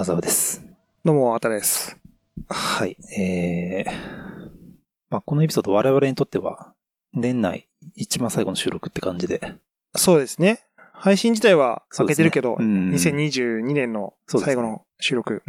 沢です。 どうも、あたです。 はい。このエピソード我々にとっては、年内一番最後の収録って感じで。 そうですね。配信自体は開けてるけど、 ね、 2022年の最後の収録。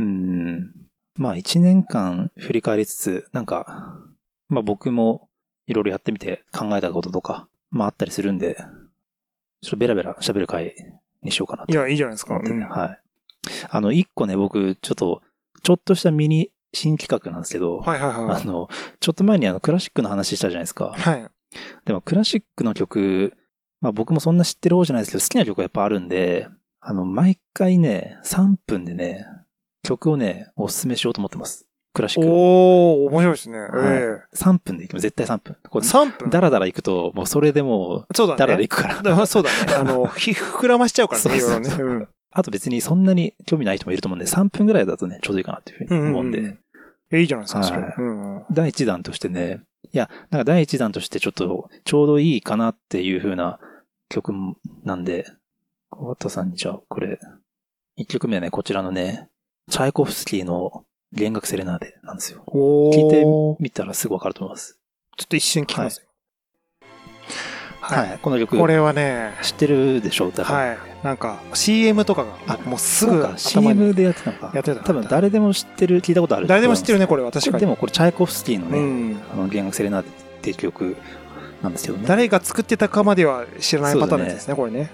1年間振り返りつつ、僕もいろいろやってみて考えたこととか、あったりするんで、ちょっとベラベラ喋る回にしようかなと。 いや、いいじゃないですか。 はい。一個ね、僕、ちょっとしたミニ新企画なんですけど、ちょっと前にクラシックの話したじゃないですか。 はい。 でもクラシックの曲、僕もそんな知ってる方じゃないですけど、好きな曲がやっぱあるんで、毎回ね、3分でね、曲をね、おすすめしようと思ってます。クラシック。 おー、面白いですね。 3分でいきます。絶対3分。 3分ダラダラいくと、もうそれでもう、ダラダラいくから。 そうだね。膨らましちゃうからね、いろいろね。 あと別にそんなに興味ない人もいると思うんで、3分ぐらいだとね、ちょうどいいかなっていうふうに思うんで。 いいじゃないですか、それ。 第1弾としてね、第1弾としてちょうどいいかなっていう風な曲なんで、小畑さんにじゃあこれ、1曲目はね、こちらのね、チャイコフスキーの弦楽セレナーデなんですよ。聞いてみたらすぐわかると思います。 ちょっと一瞬聞きますよ。 はい。この曲。 これはね、 知ってるでしょ？ はい。CM とかが、もうすぐ頭に。 CM でやってたのか。 やってた。 多分誰でも知ってる、聞いたことある。 誰でも知ってるね、これは確かに。 でもこれチャイコフスキーのね、弦楽セレナーデっていう曲なんですけどね。 誰が作ってたかまでは知らないパターンですね、これね。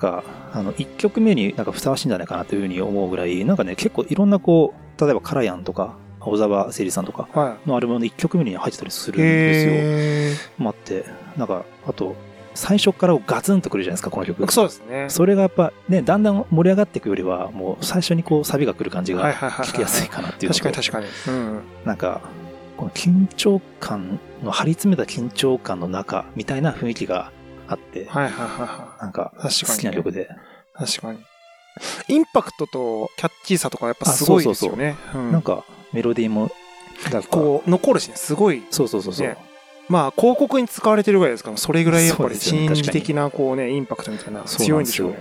1曲目にふさわしいんじゃないかなというふうに思うぐらい、結構いろんな例えばカラヤンとか、小沢誠二さんとかのアルバムの1曲目に入ってたりするんですよ。あって、あと、最初からガツンとくるじゃないですか、この曲。 そうですね。 それがやっぱね、だんだん盛り上がっていくよりは、もう最初にサビが来る感じが聞きやすいかなっていう。 確かに。 この緊張感の、張り詰めた緊張感の中、みたいな雰囲気があって、好きな曲で。 確かに。インパクトとキャッチーさとかやっぱすごいですよね。 メロディーも、 残るしね、すごい。 そう。 広告に使われてるぐらいですから、それぐらいやっぱり心理的なインパクトみたいな強いんでしょうね。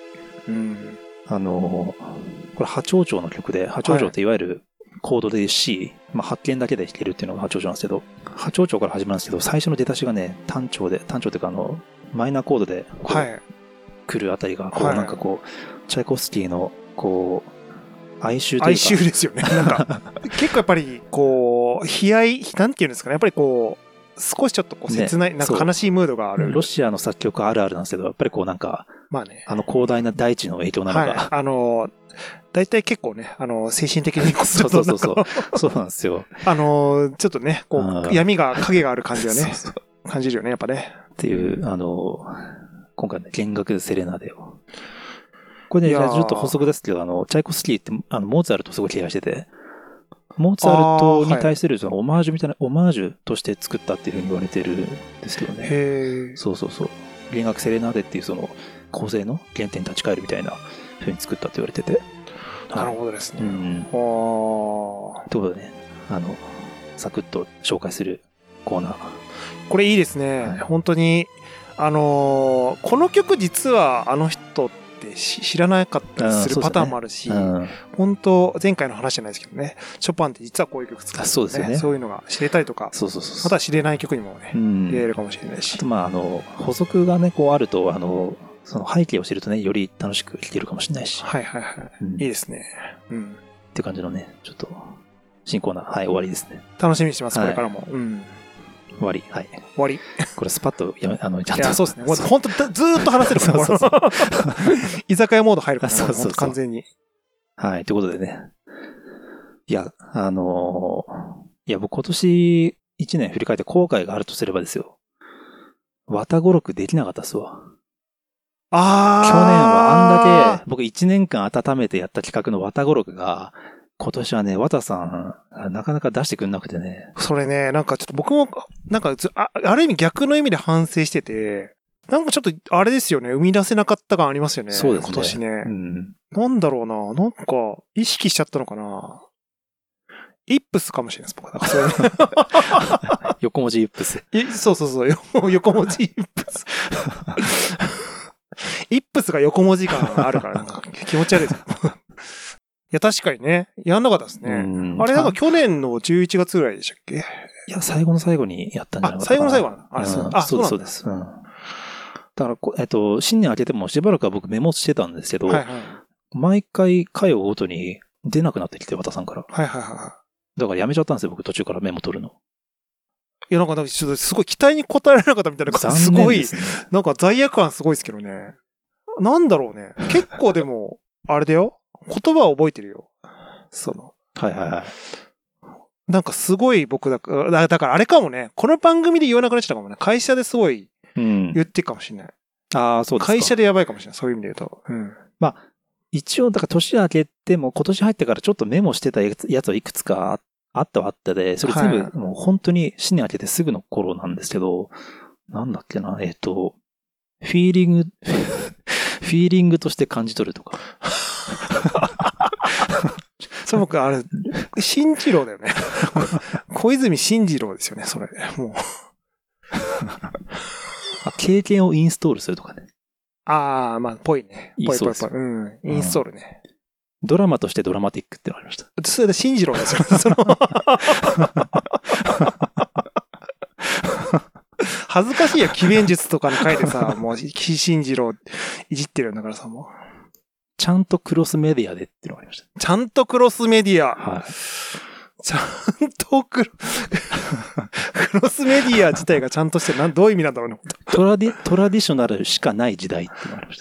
これ波長長の曲で、波長長っていわゆるコードで C、発見だけで弾けるっていうのが波長長なんですけど、波長長から始まるんですけど、最初の出だしがね、単調っていうかマイナーコードで来るあたりが、チャイコフスキーの哀愁というか。 哀愁ですよね。結構やっぱり悲哀、なんていうんですかね、やっぱり少しちょっと切ない、悲しいムードがある。 ロシアの作曲あるあるなんですけど、やっぱり広大な大地の影響なのか。 大体結構ね、精神的にそうなんですよ。 ちょっとね、影がある感じがね、感じるよね、やっぱね。 っていう、今回ね、弦楽セレナーデを。これね、ちょっと補足ですけど、チャイコフスキーって、モーツァルトすごい敬愛してて、モーツァルトに対するオマージュとして作ったっていうふうに言われてるんですけどね。そう。弦楽セレナーデっていう構成の原点に立ち返るみたいなふうに作ったって言われてて。 なるほどですね。ということでね、サクッと紹介するコーナー。 これいいですね。本当に、この曲実はあの人って知らなかったりするパターンもあるし、本当前回の話じゃないですけどね、ショパンって実はこういう曲作ってるんで、そういうのが知れたりとか、また知れない曲にもね、出会えるかもしれないし。 あと補足がね、あると、その背景を知るとね、より楽しく聴けるかもしれないし。 いいですね。 って感じのね、ちょっと、新コーナー、終わりですね。 楽しみにしてます、これからも。 終わり。 終わり。 これスパッとちゃんと。 いや、そうですね。本当ずーっと話せるから、居酒屋モード入るから、完全に。 ということでね。僕今年1年振り返って後悔があるとすればですよ。綿語録できなかったっすわ。去年はあんだけ、僕1年間温めてやった企画の綿語録が、今年はね、綿さん、なかなか出してくんなくてね。 それね、ちょっと僕も、ある意味逆の意味で反省してて、ちょっと、あれですよね、生み出せなかった感ありますよね。 そうですね。 今年ね。なんだろうな、意識しちゃったのかな。イップスかもしれないです、僕は。そういう横文字イップス。 そう、横文字イップス。イップスが横文字感あるから、気持ち悪いですよ。 や、確かにね。やんなかったですね。あれなんか去年の11月ぐらいでしたっけ？ いや、最後の最後にやったんじゃなかったかな。 最後の最後なの？ そうです。だから新年明けてもしばらくは僕メモしてたんですけど、毎回回をごとに出なくなってきて、和田さんから。だからやめちゃったんですよ、僕途中からメモ取るの。 いや、なんかちょっとすごい期待に応えられなかったみたいな、すごい、なんか罪悪感すごいですけどね。なんだろうね。結構でも、あれだよ。言葉を覚えてるよ。なんかすごい僕だからあれかもね。この番組で言わなくなっちゃったかもね。会社ですごい言ってるかもしれない。 そうですか。 会社でやばいかもしれない。そういう意味で言うと。 まあ、一応、だから年明けても今年入ってからちょっとメモしてたやつはいくつかあったで、それ全部もう本当に新年明けてすぐの頃なんですけど、なんだっけな、フィーリングとして感じ取るとか。 それ僕、あれ、新次郎だよね。小泉進次郎ですよね、それ。もう。 経験をインストールするとかね。 まあ、ぽいね。ぽい。インストールね。 ドラマとしてドラマティックってのありました。 それで進次郎ですよ。恥ずかしいよ、奇弁術とかの回でさ、もう、進次郎いじってるんだからさ、もう。 ちゃんとクロスメディアでっていうのがありました。 ちゃんとクロスメディア。ちゃんとクロスメディア自体がちゃんとしてどういう意味なんだろうね。 トラディショナルしかない時代っていうのがありました。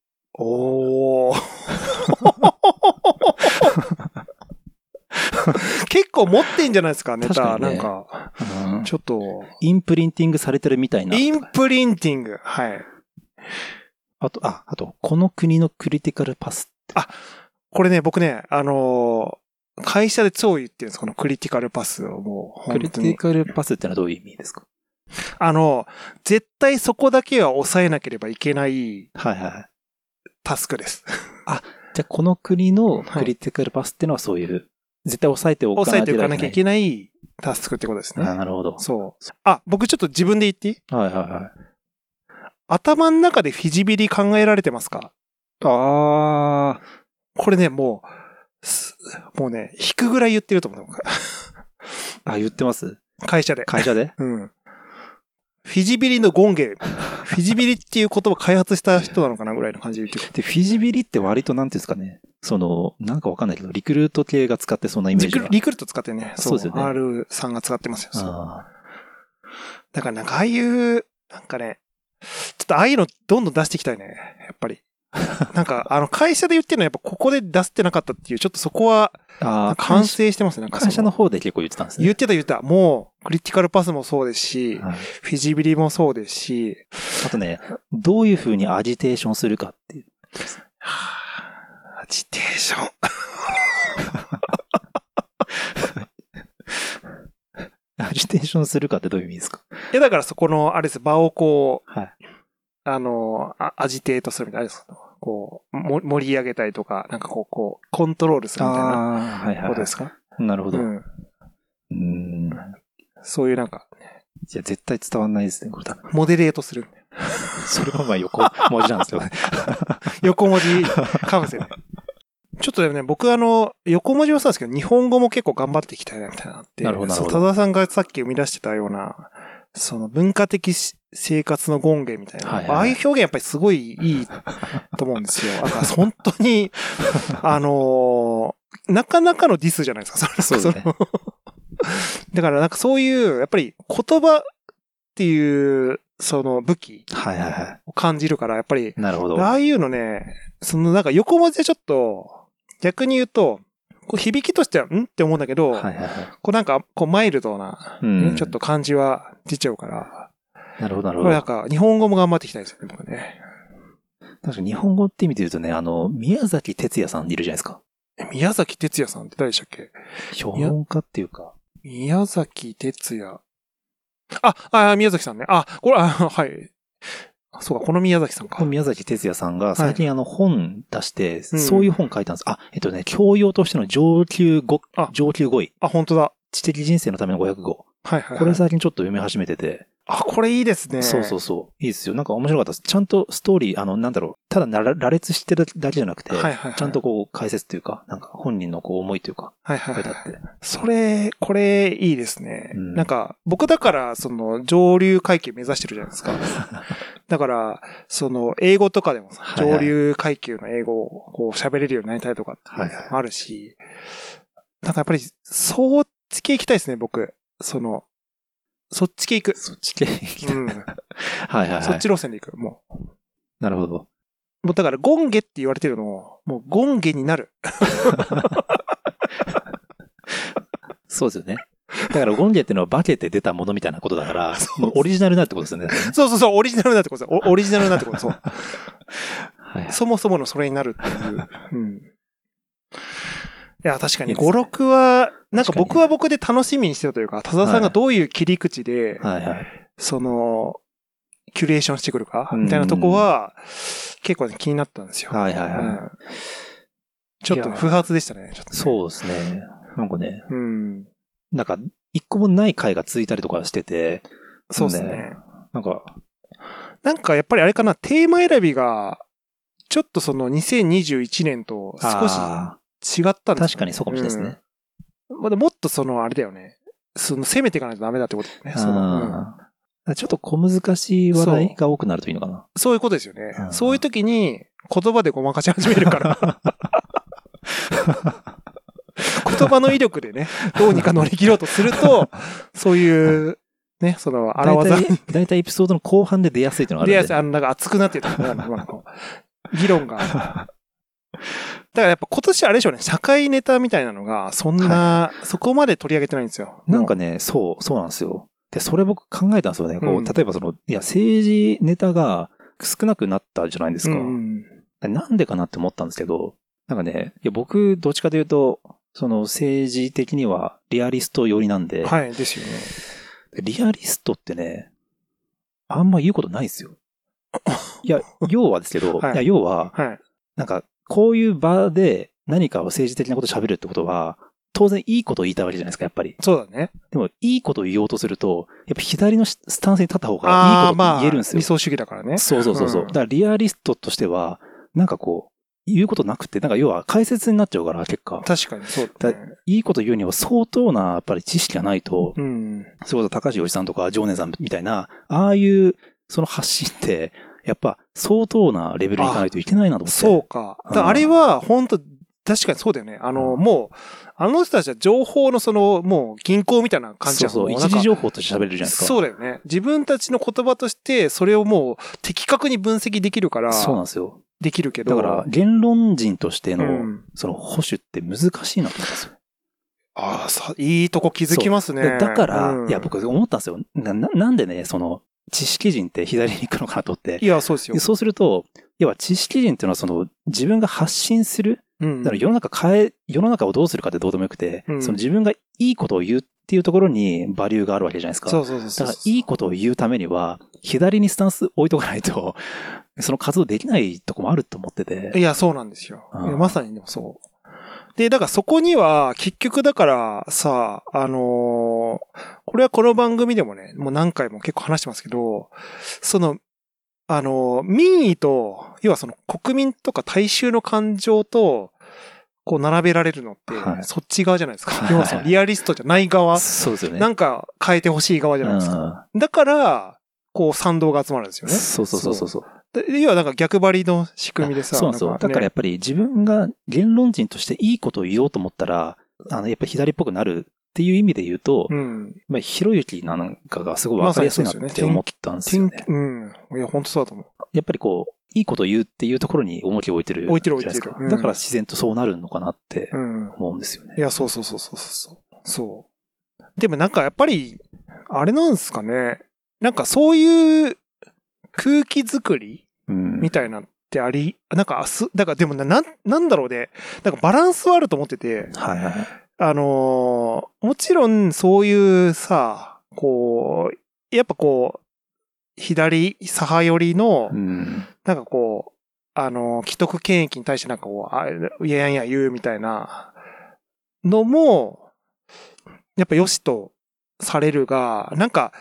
結構持ってんじゃないですか、ネタ。なんか、ちょっと。 インプリンティングされてるみたいな。 インプリンティング。はい。 あと、この国のクリティカルパス。 これね、僕ね、会社で超言ってるんです、このクリティカルパスをもう。 クリティカルパスってのはどういう意味ですか？ 絶対そこだけは抑えなければいけない。タスクです。 じゃあこの国のクリティカルパスってのはそういう、絶対抑えておかなきゃいけないタスクってことですね。 なるほど。 そう。僕ちょっと自分で言っていい？頭の中でフィジビリ考えられてますか？これね、もうね、引くぐらい言ってると思う。 言ってます？ 会社で。フィジビリのゴンゲ。フィジビリっていう言葉を開発した人なのかなぐらいの感じで言ってる。 で、フィジビリって割となんていうんですかね。なんかわかんないけど、リクルート系が使ってそんなイメージが。 リクルート使ってね。 そうですよね。 R さんが使ってますよ。だからなんかああいう、なんかね、ちょっとああいうのどんどん出していきたいね。やっぱり。なんか、会社で言ってるのはやっぱここで出してなかったっていう、ちょっとそこは、反省してますね。 会社の方で結構言ってたんですね。 言ってた。もう、クリティカルパスもそうですし、フィジビリもそうですし。 あとね、どういう風にアジテーションするかっていう。 アジテーション。 アジテーションするかってどういう意味ですか？ だからそこの、あれです、場をこう、アジテートするみたいな、こう、盛り上げたりとか、なんかこう、コントロールするみたいなことですか？ なるほど。 そういうなんか、 いや、絶対伝わんないですね、これ多分。 モデレートする。 それがまあ横文字なんですよね。 横文字かもしれない。ちょっとでもね、僕横文字はそうですけど、日本語も結構頑張っていきたいな、みたいなって。 なるほど。 多田さんがさっき生み出してたような、文化的生活の権限みたいな。ああいう表現やっぱりすごいいいと思うんですよ。だから本当に、なかなかのディスじゃないですか、 そうですね。 だからなんかそういう、やっぱり言葉っていう、武器を感じるから、やっぱり、 なるほど。 ああいうのね、なんか横文字でちょっと、逆に言うと、響きとしては、って思うんだけど、なんか、マイルドな、ちょっと感じは出ちゃうから。 なるほど。 これなんか、日本語も頑張っていきたいですよね、僕ね。 確かに日本語って意味で言うとね、宮崎哲也さんいるじゃないですか。 宮崎哲也さんって誰でしたっけ？ 評論家っていうか。 宮崎哲也。宮崎さんね。これ、はい。そうか、この宮崎さんか。 宮崎哲也さんが最近本出して、そういう本書いたんです。教養としての上級語彙。 本当だ。 知的人生のための500語。これ最近ちょっと読み始めてて、 あ、これいいですね。 そうそうそう。いいですよ。なんか面白かったです。ちゃんとストーリー、なんだろう。ただ羅列してるだけじゃなくて、ちゃんとこう解説というか、なんか本人のこう思いというか、書いてあって。 これいいですね。なんか、僕だから、上流階級目指してるじゃないですか。だから、英語とかでもさ、上流階級の英語をこう喋れるようになりたいとかってあるし、なんかやっぱり、そっち系行きたいですね、僕。そっち系行く。 そっち系行きたい。はいはい。 そっち路線で行く、もう。 なるほど。 もうだから、ゴンゲって言われてるのを、もうゴンゲになる。 そうですよね。だからゴンゲっていうのは化けて出たものみたいなことだから、オリジナルになるってことですよね。 そうそうそう、オリジナルになるってことです。オリジナルになるってことそう。はい、そもそものそれになるっていう。うん。いや、確かに、5、6は、なんか僕は僕で楽しみにしてたというか、田沢さんがどういう切り口で、キュレーションしてくるか、みたいなとこは、結構、ね、気になったんですよ。 はいはいはい。うん、 ちょっと不発でしたね。ちょっとねそうですね。なんかね。なんか、一個もない回が続いたりとかしてて。 そうですね。 なんかやっぱりあれかな、テーマ選びが、ちょっと2021年と少し違ったんです確かにそうかもしれないですね。 もっとあれだよね。攻めていかないとダメだってことだよね。 ちょっと小難しい話題が多くなるといいのかな。 そういうことですよね。そういう時に言葉でごまかし始めるから。言葉の威力でね、どうにか乗り切ろうとすると、そういう、ね、荒技。 だいたいエピソードの後半で出やすいっていうのがあるんで。 出やすい、なんか熱くなってるとか、議論が。だからやっぱ今年あれでしょうね、社会ネタみたいなのが、そこまで取り上げてないんですよ。 なんかね、そうなんですよ。で、それ僕考えたんですよね。こう、例えば政治ネタが少なくなったじゃないですか。なんでかなって思ったんですけど、なんかね、僕、どっちかというと、政治的にはリアリスト寄りなんで。 はい、ですよね。リアリストってね、あんま言うことないですよ。いや、要はですけど、要は、なんか、こういう場で何かを政治的なこと喋るってことは、当然いいことを言いたいわけじゃないですか、やっぱり。 そうだね。 でも、いいことを言おうとすると、やっぱ左のスタンスに立った方がいいことを言えるんですよ。 理想主義だからね。 そう。だからリアリストとしては、なんかこう、言うことなくて、なんか要は解説になっちゃうから、結果。 確かにそうだね。 いいこと言うには相当な、やっぱり知識がないと、そういうこと高橋洋一さんとか常念さんみたいな、ああいうその発信って、やっぱ相当なレベルにいかないといけないなと思って。 そうか。あれは本当確かにそうだよね。もう、あの人たちは情報のもう銀行みたいな感じじゃん。 そう、一時情報として喋れるじゃないですか。 そうだよね。自分たちの言葉として、それをもう的確に分析できるから。 そうなんですよ。 できるけど。 だから、言論人としての、その保守って難しいなと思ったんですよ。 ああ、いいとこ気づきますね。 だから、いや、僕思ったんですよ。なんでね、知識人って左に行くのかなと思って。 いや、そうですよ。 そうすると、要は知識人っていうのは自分が発信する。だから世の中をどうするかってどうでもよくて、自分がいいことを言うっていうところにバリューがあるわけじゃないですか。 そう。 だからいいことを言うためには、左にスタンス置いとかないと、その活動できないとこもあると思ってて。 いや、そうなんですよ。まさにでもそう。で、だからそこには、結局だからさ、これはこの番組でもね、もう何回も結構話してますけど、民意と、要は国民とか大衆の感情と、こう並べられるのって、そっち側じゃないですか。要はリアリストじゃない側。 そうですよね。 なんか変えてほしい側じゃないですか。だから、こう賛同が集まるんですよね。 そう。 要はなんか逆張りの仕組みでさ。 そうなんですよ。だからやっぱり自分が言論人としていいことを言おうと思ったら、やっぱり左っぽくなるっていう意味で言うと、ひろゆきなんかがすごいわかりやすいなって思ったんですよね。 いや、本当そうだと思う。 やっぱりこう、いいことを言うっていうところに重きを置いてる。置いてる。だから自然とそうなるのかなって思うんですよね。 いや、そう。そう。でもなんかやっぱり、あれなんですかね。なんかそういう空気作りみたいなってあり、なんかだからでもなんだろうね。なんかバランスはあると思ってて。もちろんそういうさ、こう、やっぱこう、左、左派寄りの、なんかこう、既得権益に対してなんかこう、いや言うみたいなのも、やっぱ良しとされるが、なんか、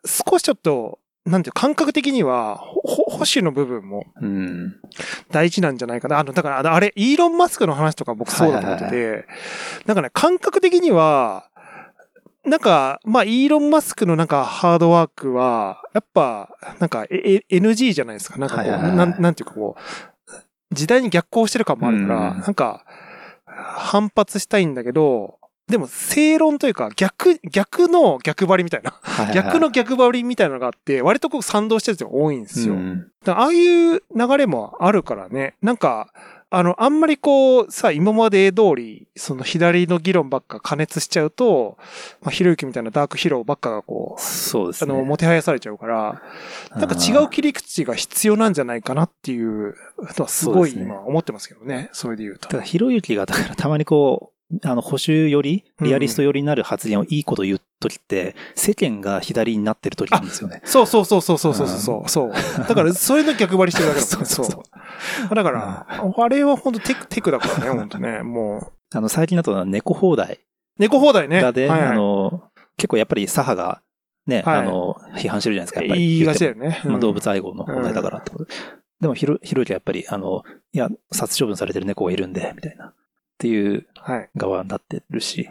少しちょっと、なんていう感覚的には、保守の部分も大事なんじゃないかな。だからあれ、イーロン・マスクの話とか僕そうだと思ってて、なんかね、感覚的には、なんか、まあ、イーロン・マスクのなんかハードワークは、やっぱ、なんか、NG じゃないですか。なんかこう、なんていうかこう、時代に逆行してる感もあるから、なんか、反発したいんだけど、でも正論というか逆の逆張りみたいな。逆の逆張りみたいなのがあって、割とこう賛同してる人が多いんですよ。だからああいう流れもあるからね。なんか、あんまりこう、さ、今まで通り、その左の議論ばっか加熱しちゃうと、まあ、ひろゆきみたいなダークヒーローばっかがこう、 そうですね。 もてはやされちゃうから、なんか違う切り口が必要なんじゃないかなっていうのはすごい今思ってますけどね。それで言うと。 だからひろゆきが、だからたまにこう、保守より、リアリストよりになる発言をいいこと言うときって、世間が左になってるときなんですよね。 そう。だから、それの逆張りしてるだけだもんね。そう。だから、あれは本当テクだからね、本当ね、もう。最近だと猫放題。 猫放題ね。 がで、結構やっぱり左派が、ね、批判してるじゃないですか、やっぱり。 言いがちだよね。 まあ、動物愛護の問題だからってことで。でも、ひろゆきはやっぱり、いや、殺処分されてる猫がいるんで、みたいな。っていう側になってるし。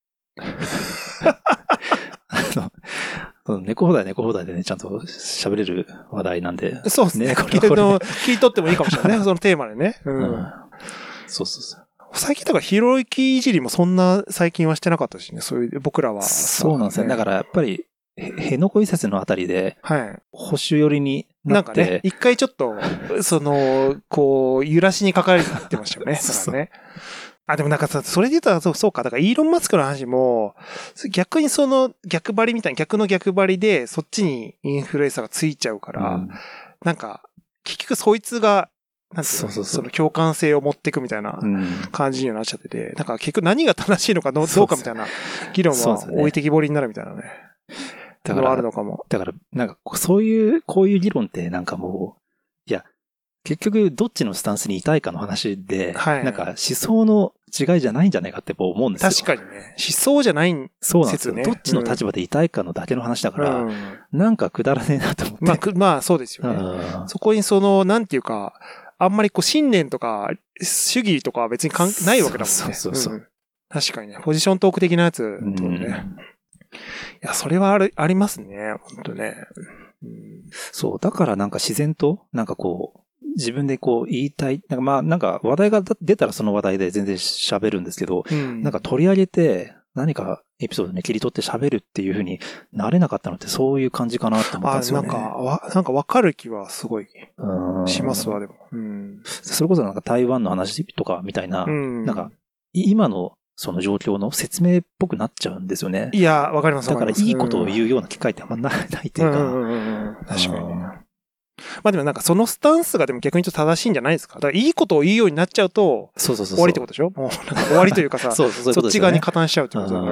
猫放題でね、ちゃんと喋れる話題なんで。 そうですね。これ聞いとってもいいかもしれないね。そのテーマでね。 そう。 最近だからひろゆきいじりもそんな最近はしてなかったしね。そういう僕らは。 そうなんですね。だからやっぱり、辺野古移設のあたりで、保守寄りになって。なんかね、 一回ちょっと、こう、揺らしにかかれてましたよね。そうね。でもなんかさ、それで言ったらそうか。だからイーロン・マスクの話も、逆にその逆張りみたいな、逆の逆張りで、そっちにインフルエンサーがついちゃうから、なんか、結局そいつが、なんていうの、その共感性を持っていくみたいな感じにはなっちゃってて、なんか結局何が正しいのかどうかみたいな議論は置いてきぼりになるみたいなね。だから、あるのかも。 だから、なんか、こういう議論ってなんかもう、いや、結局、どっちのスタンスにいたいかの話で、なんか思想の違いじゃないんじゃないかって思うんですよ。 確かにね。思想じゃないんそうなんですよね。どっちの立場でいたいかのだけの話だから、なんかくだらねえなと思って。 まあ、そうですよね。そこになんていうか、あんまりこう信念とか主義とかは別にないわけだもんね。 そう。 確かにね。ポジショントーク的なやつとね。いや、それはありますね。本当ね。 そう。だからなんか自然と、なんかこう、自分でこう言いたい。なんかまあなんか話題が出たらその話題で全然喋るんですけど、なんか取り上げて何かエピソードに切り取って喋るっていう風になれなかったのってそういう感じかなって思ったんですよね。 なんかわかる気はすごいしますわ、でも。 それこそなんか台湾の話とかみたいな、なんか今のその状況の説明っぽくなっちゃうんですよね。 いや、わかります。 だからいいことを言うような機会ってあんまないっていうか。 確かにね。まあでもなんかそのスタンスがでも逆に言うと正しいんじゃないですか。だからいいことを言うようになっちゃうと、終わりってことでしょ？もうなんか終わりというかさ、そっち側に加担しちゃうってことだから。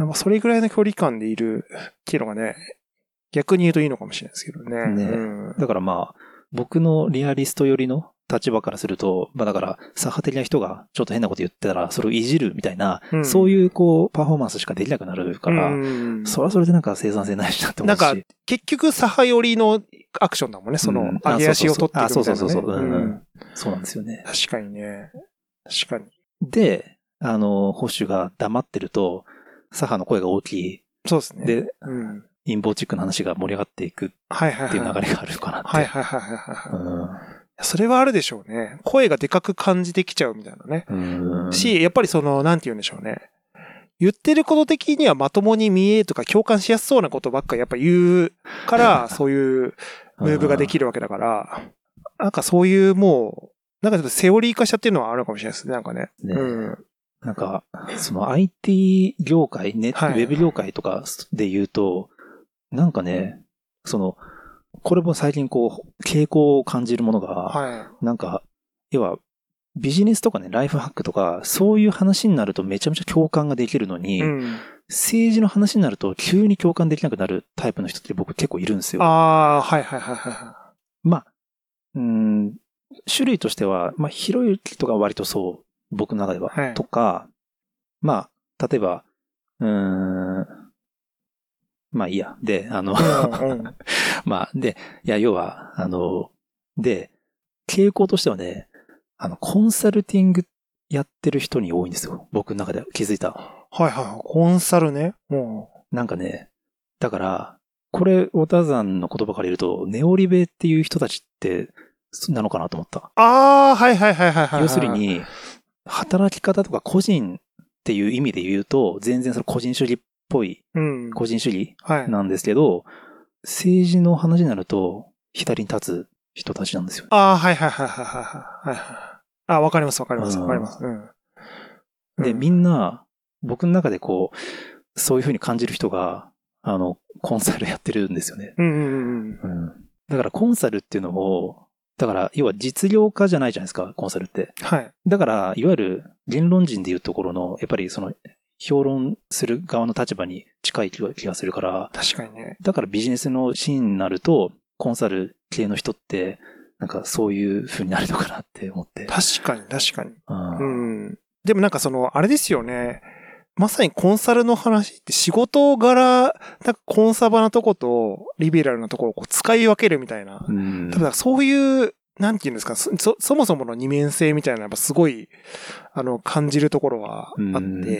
それぐらいの距離感でいるっていうのがね、逆に言うといいのかもしれないですけどね。 だからまあ、僕のリアリスト寄りの立場からすると、まあだから、左派的な人がちょっと変なこと言ってたら、それをいじるみたいな、そういうこう、パフォーマンスしかできなくなるから、それはそれでなんか生産性ないしなって思うし。 なんか、結局左派寄りのアクションだもんね、上げ足を取っていくみたいな、ね。 そうなんですよね。 確かにね。確かに。 で、保守が黙ってると、左派の声が大きい。 そうですね。 で、陰謀チックな話が盛り上がっていくっていう流れがあるかなって。 それはあるでしょうね。声がでかく感じてきちゃうみたいなね。やっぱりなんて言うんでしょうね。言ってること的にはまともに見えとか共感しやすそうなことばっかりやっぱ言うから、そういうムーブができるわけだから、なんかそういうもう、なんかちょっとセオリー化しちゃってるのはあるかもしれないですね、なんかね。 なんか、その IT 業界、ウェブ業界とかで言うと、なんかね、これも最近こう、傾向を感じるものが、なんか、要は、ビジネスとかね、ライフハックとか、そういう話になるとめちゃめちゃ共感ができるのに、政治の話になると急に共感できなくなるタイプの人って僕結構いるんですよ。 まあ、種類としては、まあ、ひろゆきとかは割とそう、僕の中では。とか、まあ、例えば、 まあいいや。で、まあ、で、いや、要は、で、傾向としてはね、コンサルティングやってる人に多いんですよ。僕の中で気づいた。 はいはい。コンサルね。 なんかね、だから、これ、オタザンの言葉から言うと、ネオリベっていう人たちって、なのかなと思った。 ああ、はいはいはいはい。 要するに、働き方とか個人っていう意味で言うと、全然その個人主義っぽい、個人主義なんですけど、政治の話になると、左に立つ人たちなんですよ。 ああ、はいはいはいはいはい。あ、わかりますわかりますわかります。 で、みんな、僕の中でこう、そういう風に感じる人が、コンサルやってるんですよね。だからコンサルっていうのも、だから要は実業家じゃないじゃないですか、コンサルって。 はい。 だから、いわゆる言論人でいうところの、やっぱりその、評論する側の立場に近い気がするから。 確かにね。 だからビジネスのシーンになると、コンサル系の人って、なんかそういう風になるのかなって思って。 確かに確かに。でもなんかあれですよね。まさにコンサルの話って仕事柄、なんかコンサバなとことリベラルなところをこう使い分けるみたいな。多分そういう、なんていうんですか、そもそもの二面性みたいなやっぱすごい、感じるところはあって、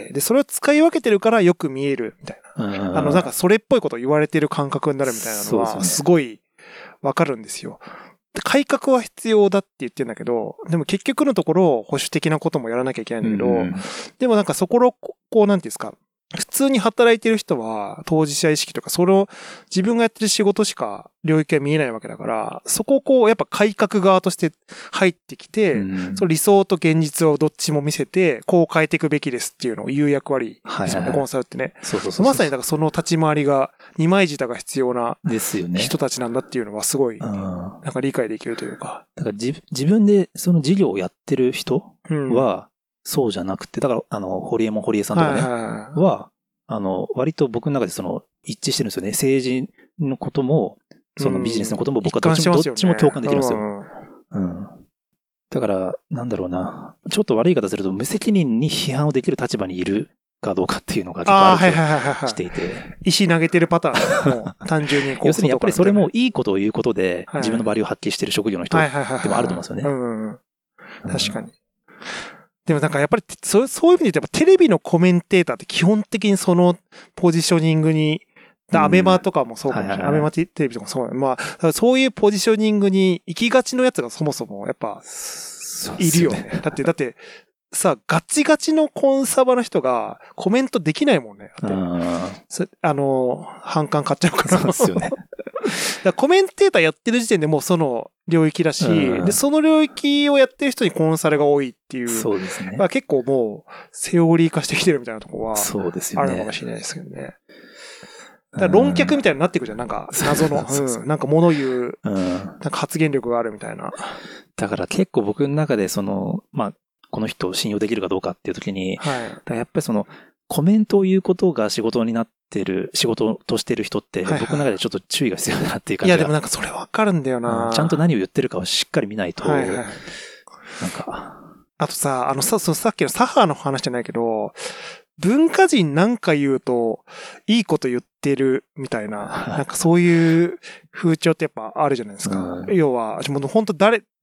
で、それを使い分けてるからよく見えるみたいな。なんかそれっぽいことを言われてる感覚になるみたいなのは、すごいわかるんですよ。改革は必要だって言ってんだけど、でも結局のところ保守的なこともやらなきゃいけないんだけど、でもなんかそこをこうなんていうんですか、普通に働いてる人は当事者意識とか、自分がやってる仕事しか領域が見えないわけだから、そこをこうやっぱ改革側として入ってきて、その理想と現実をどっちも見せて、こう変えていくべきですっていうのを言う役割ですよね、コンサルってね。まさにだからその立ち回りが二枚舌が必要な人たちなんだっていうのはすごい、なんか理解できるというか。 だから自分でその事業をやってる人は、そうじゃなくて、だから、堀江さんとかね、は、割と僕の中で一致してるんですよね。政治のことも、そのビジネスのことも僕はどっちも共感できるんですよ。だから、なんだろうな。ちょっと悪い言い方すると、無責任に批判をできる立場にいるかどうかっていうのが結構あるとしていて。 石投げてるパターンも単純に要するにやっぱりそれもいいことを言うことで、自分のバリューを発揮してる職業の人でもあると思うんですよね。 確かに。でもなんかやっぱりそういう意味で言うとやっぱテレビのコメンテーターって基本的にそのポジショニングに、アベマとかもそうかもしれない。アベマテレビとかもそう。まあ、そういうポジショニングに行きがちのやつがそもそもやっぱいるよね。だってさ、ガチガチのコンサバの人がコメントできないもんね。反感買っちゃうから。 そうですよね。 だコメンテーターやってる時点でもうその領域だし、で、その領域をやってる人にコンサルが多いっていう。 そうですね。 まあ結構もう、セオリー化してきてるみたいなところは、 そうですよね。 あるのかもしれないですけどね。だから論客みたいになっていくじゃん。なんか、謎の、なんか物言う、なんか発言力があるみたいな。 だから結構僕の中でまあ、この人を信用できるかどうかっていう時に、やっぱりコメントを言うことが仕事になってる、仕事としてる人って、僕の中でちょっと注意が必要だなっていう感じが。 いや、でもなんかそれわかるんだよな、 ちゃんと何を言ってるかをしっかり見ないと、なんか。 あとさ、さっきのサハの話じゃないけど、文化人なんか言うと、いいこと言ってるみたいな、なんかそういう風潮ってやっぱあるじゃないですか。要は、もう本当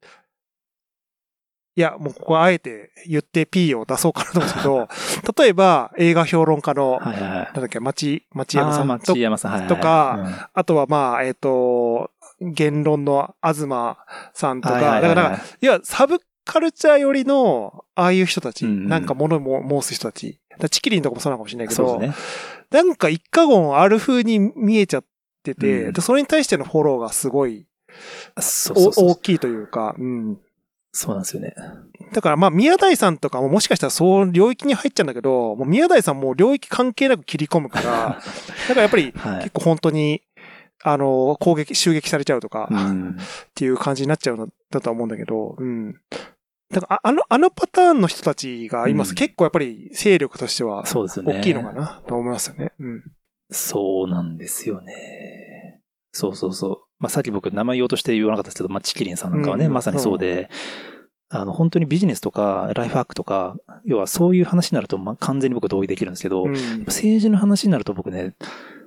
いや、もうここはあえて言って P を出そうかなと思うんですけど、例えば映画評論家の、なんだっけ、町山さんとか、あとはまあ、言論の東さんとか、だから、いや、サブカルチャー寄りの、ああいう人たち、なんか物を申す人たち、チキリンとかもそうなのかもしれないけど、なんか一過言ある風に見えちゃってて、それに対してのフォローがすごい、大きいというか、 そうなんですよね。 だからまあ宮台さんとかももしかしたらそう領域に入っちゃうんだけど、もう宮台さんも領域関係なく切り込むから、だからやっぱり結構本当に、襲撃されちゃうとか、っていう感じになっちゃうのだと思うんだけど、だからあのパターンの人たちが今結構やっぱり勢力としては大きいのかなと思いますよね。 そうなんですよね。そう。まあ、さっき僕名前言おうとして言わなかったですけど、まあ、チキリンさんなんかはね、まさにそうで、本当にビジネスとか、ライフハックとか、要はそういう話になると、まあ、完全に僕同意できるんですけど、政治の話になると僕ね、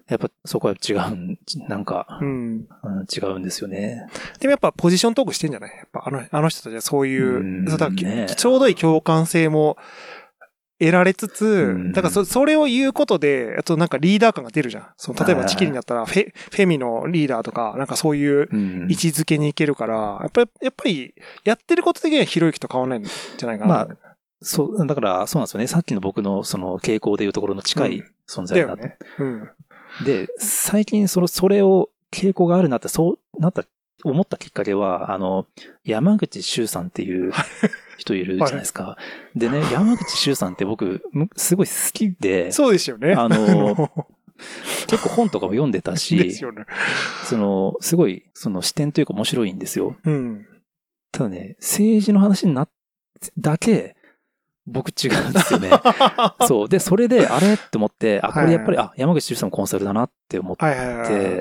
やっぱそこは違なんか、 うん。 違うんですよね。 でもやっぱポジショントークしてんじゃない？やっぱあの人たちはそういう、そうだね、 ちょうどいい共感性も得られつつ、だからそれを言うことで、あとなんかリーダー感が出るじゃん。その例えばチキンだったらフェミのリーダーとか、なんかそういう位置づけに行けるから、やっぱりやってること的にはひろゆきと変わらないんじゃないかな。まあ、 そう、だからそうなんですよね。さっきの僕のその傾向でいうところの近い存在だと。 ね。うん。 で、最近それを傾向があるなって、そうなった、思ったきっかけは、山口周さんっていう人いるじゃないですか。はい、でね、山口周さんって僕、すごい好きで。 そうですよね。 結構本とかも読んでたし、 ですよね。 すごい、視点というか面白いんですよ。 うん。 ただね、政治の話だけ、僕違うんですよね。そう。で、それで、あれって思って、これやっぱり、山口周さんもコンサルだなって思って、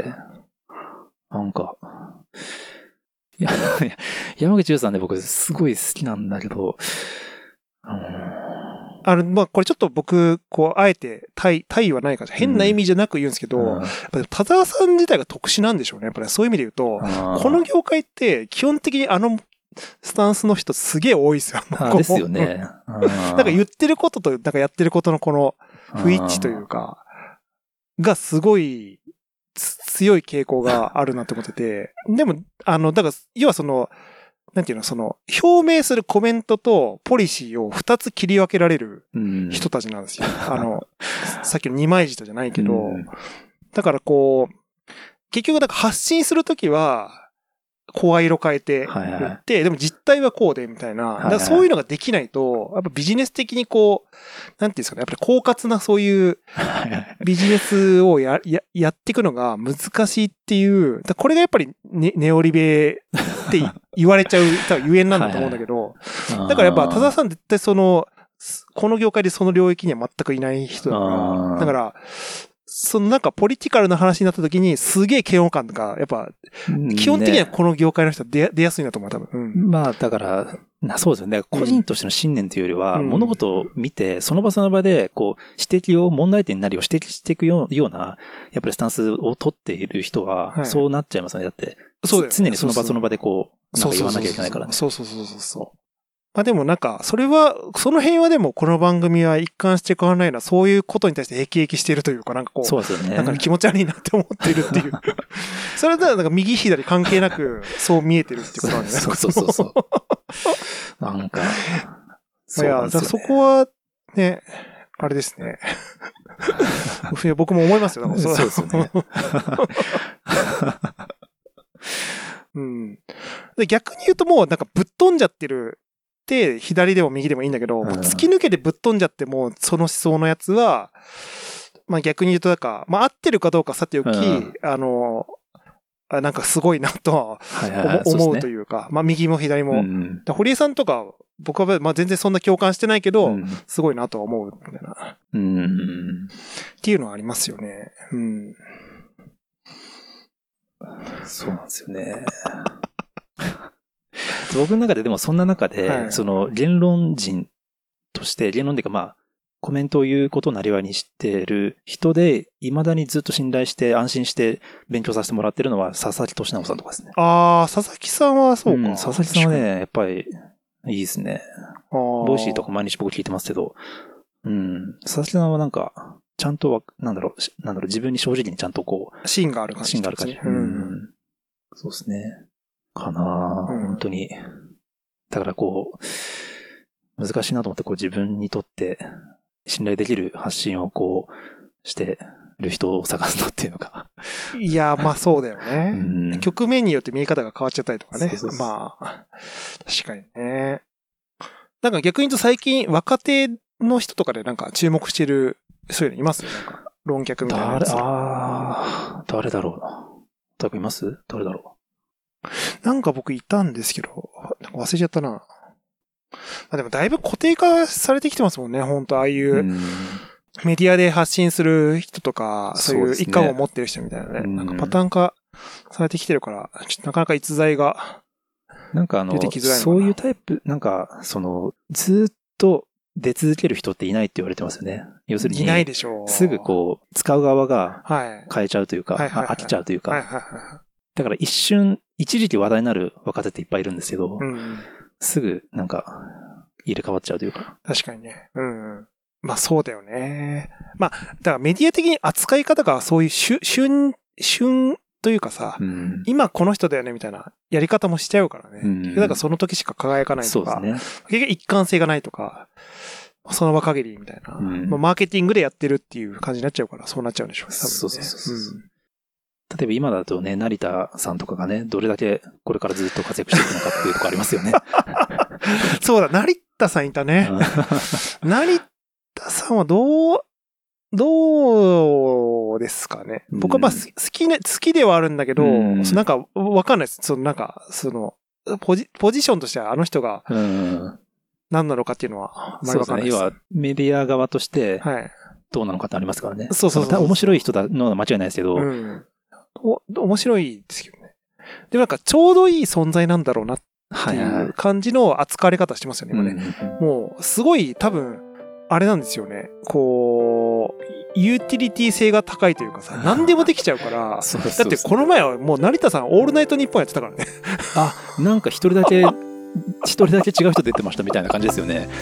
なんか、山口周さんね、僕すごい好きなんだけど、 まあ、これちょっと僕、あえて、対はないから、変な意味じゃなく言うんですけど、やっぱり田沢さん自体が特殊なんでしょうね。やっぱりそういう意味で言うと、この業界って、基本的にスタンスの人すげえ多いですよ。 ですよね。 なんか言ってることと、なんかやってることのこの不一致というか、がすごい強い傾向があるなって思ってて、でも、だから、要はなんていうの、表明するコメントとポリシーを2つ切り分けられる人たちなんですよ。さっきの二枚舌じゃないけど、だから結局なんか発信するときは、声色変えて言って、でも実態はこうで、みたいな。だからそういうのができないと、やっぱビジネス的になんていうんですかね、やっぱり狡猾なそういうビジネスをやっていくのが難しいっていう、これがやっぱりネオリベって言われちゃう、多分ゆえんなんだと思うんだけど、だからやっぱ田沢さん絶対この業界でその領域には全くいない人だから、だから、なんかポリティカルな話になった時にすげえ嫌悪感とか、やっぱ、基本的にはこの業界の人は出やすいなと思う、多分。 まあ、だから、そうですよね。個人としての信念というよりは、物事を見て、その場その場で、指摘を、問題点になりを指摘していくような、やっぱりスタンスを取っている人は、そうなっちゃいますよね。だって、常にその場その場でなんか言わなきゃいけないからね。 そう。まあでもなんか、その辺はでもこの番組は一貫して変わらないな、そういうことに対して辟易しているというか、なんかそうですよね。 なんか気持ち悪いなって思ってるっていう。それはなんか右左関係なく、そう見えてるっていうことなんじゃないですか。 そう。なんか、 いや、そこは、ね、あれですね。僕も思いますよ。 そうですよね。 うん。で、逆に言うともうなんかぶっ飛んじゃってる。左でも右でもいいんだけど、突き抜けてぶっ飛んじゃっても、その思想のやつは、まあ逆に言うとなんか、まあ合ってるかどうかさておき、なんかすごいなとは思うというか、まあ右も左も。堀江さんとか、僕はまあ全然そんな共感してないけど、すごいなとは思うみたいな。っていうのはありますよね。 そうなんですよね。僕の中ででもそんな中で、言論人として、言論でいうかまあ、コメントを言うことをなりわいにしている人で、未だにずっと信頼して安心して勉強させてもらってるのは佐々木俊直さんとかですね。 佐々木さんはそうか。 佐々木さんはね、やっぱりいいですね。ボイシーとか毎日僕聞いてますけど、佐々木さんはなんか、ちゃんとなんだろう、自分に正直にちゃんと芯がある感じ。 芯がある感じ。そうですね。かな、本当に。だから難しいなと思って自分にとって信頼できる発信をしてる人を探すのっていうのか。 いや、まあそうだよね。局面によって見え方が変わっちゃったりとかね。まあ、確かにね。なんか逆に言うと最近若手の人とかでなんか注目してる、そういうのいますよ。なんか論客みたいなやつ。 誰だろうな。誰かいます？誰だろう。 なんか僕いたんですけど、なんか忘れちゃったな。でもだいぶ固定化されてきてますもんね、本当ああいうメディアで発信する人とか、そういう一貫を持ってる人みたいなね。なんかパターン化されてきてるから、ちょっとなかなか逸材がなんか出てきづらいのかな。 そういうタイプ、なんかずっと出続ける人っていないって言われてますよね。要するに、 いないでしょう。 すぐこう、使う側がはい。 変えちゃうというか、 はいはいはい飽きちゃうというはいはいか、 はだから一時期話題になる若手っていっぱいいるんですけど、 い。うん。 すぐなんか、入れ替わっちゃうというか。 確かにね。うんうん。まあそうだよね。まあ、だからメディア的に扱い方がそういう旬というかさ、 うん、 今この人だよねみたいなやり方もしちゃうからね。 うんだからその時しか輝かないとか、 そうですね。 結局一貫性がないとか、その場限りみたいな、 うんまあ、マーケティングでやってるっていう感じになっちゃうから、そうなっちゃうんでしょうね。多分ねそうそうそうそう例えば今だとね、成田さんとかがね、どれだけこれからずっと活躍していくのかっていうところありますよね。 そうだ、成田さんいたね。成田さんはどうですかね。僕はまあ好きではあるんだけど、なんかわかんないです。ポジションとしてはあの人が何なのかっていうのはあまりわかんないです。 要はメディア側としてはい。 どうなのかってありますからね。 そう。 面白い人だのは間違いないですけど、 面白いですけどね。でもなんかちょうどいい存在なんだろうなっていう感じの扱われ方してますよね、今ね。もう、すごい多分、あれなんですよね。こう、ユーティリティ性が高いというかさ、何でもできちゃうから、だってこの前はもう成田さんオールナイトニッポンやってたからね。 あ、なんか一人だけ違う人出てましたみたいな感じですよね。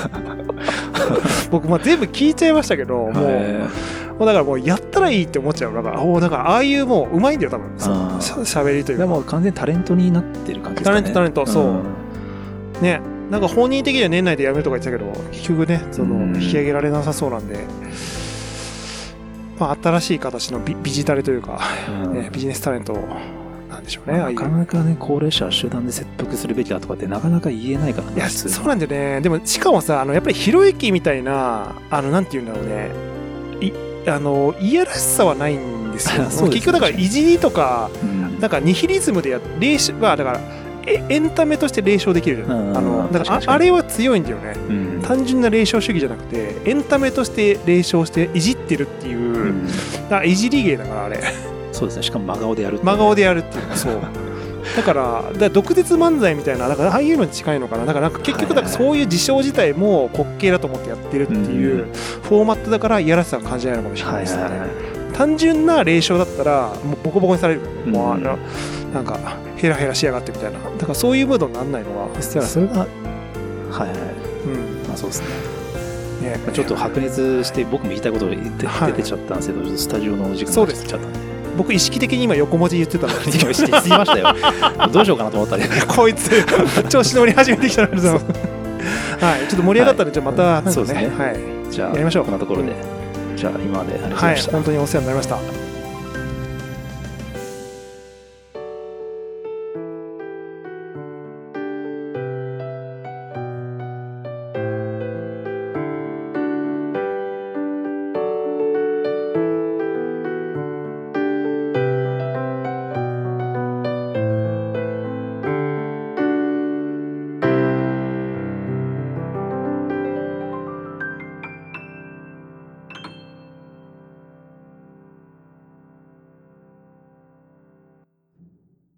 僕、全部聞いちゃいましたけど、もうだからもうやったらいいって思っちゃう。だからああいうもう上手いんだよ、多分。喋りというか。 でも完全にタレントになってる感じですかね。 タレント、そう。ね。なんか本人的には年内で辞めるとか言ってたけど、結局ね、引き上げられなさそうなんで、まあ新しい形のビジタレというか、ビジネスタレントなんでしょうね。 なかなかね、高齢者は集団で説得するべきだとかってなかなか言えないからね。 いや、そうなんだよね。でも、しかもさ、やっぱりひろゆきみたいな、なんて言うんだろうね。いやらしさはないんですよ。結局だから、いじりとか、なんかニヒリズムでだから、エンタメとして冷笑できるじゃん。だからあれは強いんだよね。単純な冷笑主義じゃなくて、エンタメとして冷笑していじってるっていう、いじり芸だからあれ。 そうですね。しかも真顔でやる。 真顔でやるっていうのはそう。だから毒舌漫才みたいな、だからああいうのに近いのかな。だからなんか結局そういう事象自体も滑稽だと思ってやってるっていうフォーマットだからいやらしさを感じないのかもしれないですね。単純な冷笑だったらもうボコボコにされるよね。もうなんかヘラヘラしやがってみたいな。だからそういうムードにならないのは。 それがまあそうですね。ちょっと白熱して僕も言いたいことを言って出てちゃったんですけど、スタジオのお時間が来ちゃったんで。 僕意識的に今横文字言ってたのに意識しすぎましたよ。どうしようかなと思ったね。 こいつ調子乗り始めてきたので、はい、ちょっと盛り上がったので、じゃあまたそうですね。 はい、 じゃあやりましょう。 こんなところで、じゃあ今までありがとうございました。 はい、本当にお世話になりました。